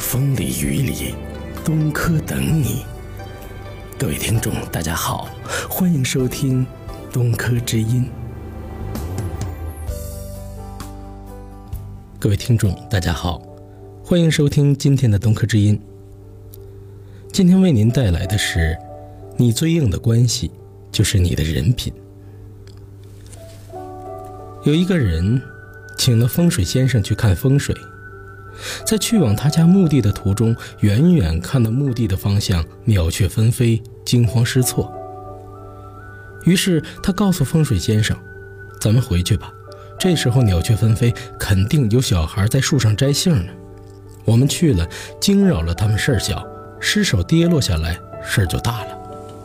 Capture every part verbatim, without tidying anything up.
风里雨里，东柯等你。各位听众大家好，欢迎收听东柯之音。各位听众大家好，欢迎收听今天的东柯之音。今天为您带来的是，你最硬的关系就是你的人品。有一个人请了风水先生去看风水，在去往他家墓地的途中，远远看到墓地的方向鸟雀纷飞，惊慌失措。于是他告诉风水先生，咱们回去吧，这时候鸟雀纷飞，肯定有小孩在树上摘杏呢，我们去了惊扰了他们，事儿小，失手跌落下来，事儿就大了。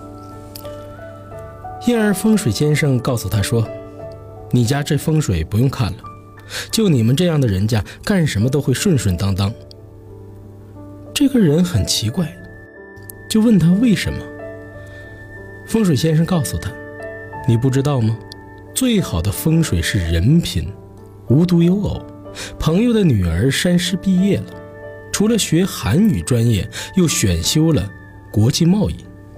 因而风水先生告诉他说，你家这风水不用看了，就你们这样的人家，干什么都会顺顺当当。这个人很奇怪，就问他为什么。风水先生告诉他，你不知道吗？最好的风水是人品。无独有偶，朋友的女儿山师毕业了，除了学韩语专业，又选修了国际贸易。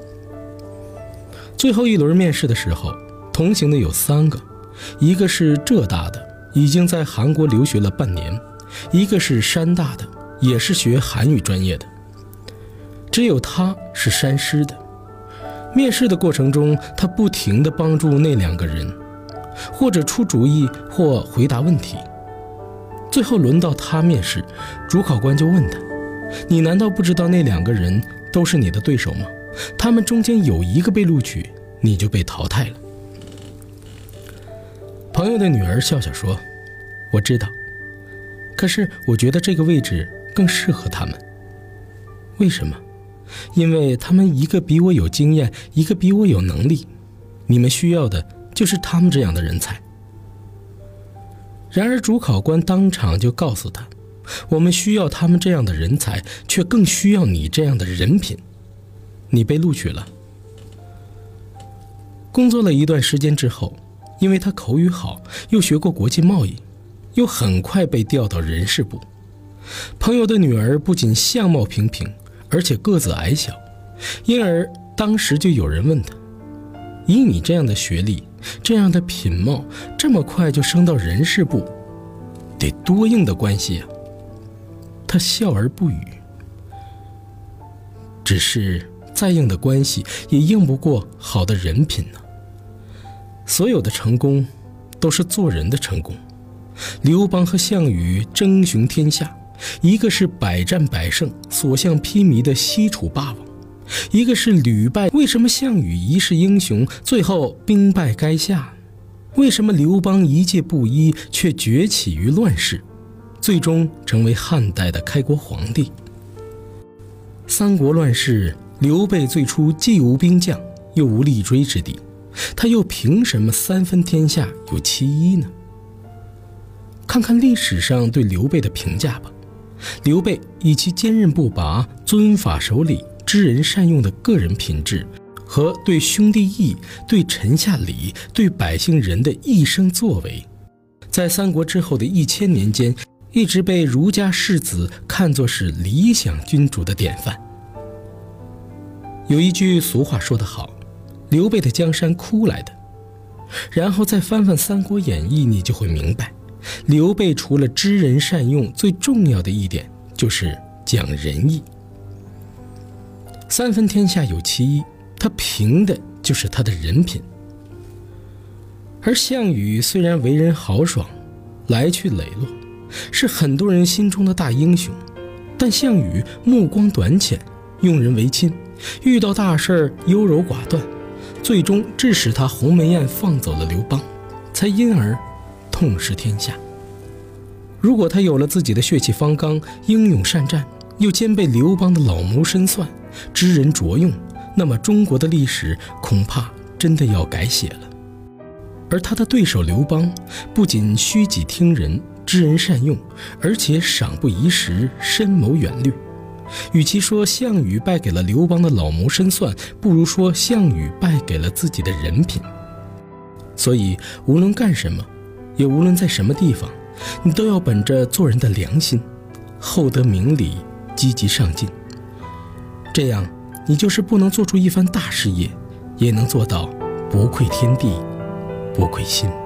最后一轮面试的时候，同行的有三个，一个是浙大的，已经在韩国留学了半年，一个是山大的，也是学韩语专业的，只有他是山师的。面试的过程中，他不停地帮助那两个人，或者出主意，或回答问题。最后轮到他面试，主考官就问他，你难道不知道那两个人都是你的对手吗？他们中间有一个被录取，你就被淘汰了。朋友的女儿笑笑说，我知道，可是我觉得这个位置更适合他们。为什么？因为他们一个比我有经验，一个比我有能力，你们需要的就是他们这样的人才。然而主考官当场就告诉他，我们需要他们这样的人才，却更需要你这样的人品。你被录取了。工作了一段时间之后，因为他口语好，又学过国际贸易，又很快被调到人事部。朋友的女儿不仅相貌平平，而且个子矮小，因而当时就有人问他，以你这样的学历，这样的品貌，这么快就升到人事部，得多硬的关系啊。他笑而不语。只是再硬的关系也硬不过好的人品呢。所有的成功都是做人的成功。刘邦和项羽争雄天下，一个是百战百胜，所向披靡的西楚霸王，一个是屡败。为什么项羽一世英雄，最后兵败垓下？为什么刘邦一介布衣，却崛起于乱世，最终成为汉代的开国皇帝？三国乱世，刘备最初既无兵将，又无力追之地，他又凭什么三分天下有其一呢？看看历史上对刘备的评价吧。刘备以其坚韧不拔、遵法守礼、知人善用的个人品质，和对兄弟义、对臣下礼、对百姓仁的一生作为，在三国之后的一千年间，一直被儒家士子看作是理想君主的典范。有一句俗话说得好，刘备的江山哭来的。然后再翻翻《三国演义》，你就会明白，刘备除了知人善用，最重要的一点就是讲仁义。三分天下有其一，他凭的就是他的人品。而项羽虽然为人豪爽，来去磊落，是很多人心中的大英雄，但项羽目光短浅，用人为亲，遇到大事优柔寡断，最终致使他鸿门宴放走了刘邦，才因而痛失天下。如果他有了自己的血气方刚，英勇善战，又兼备刘邦的老谋深算，知人着用，那么中国的历史恐怕真的要改写了。而他的对手刘邦，不仅虚己听人，知人善用，而且赏不遗时，深谋远虑。与其说项羽败给了刘邦的老谋深算，不如说项羽败给了自己的人品。所以无论干什么，也无论在什么地方，你都要本着做人的良心，厚德明理， 积极上进。这样，你就是不能做出一番大事业，也能做到不愧天地，不愧心。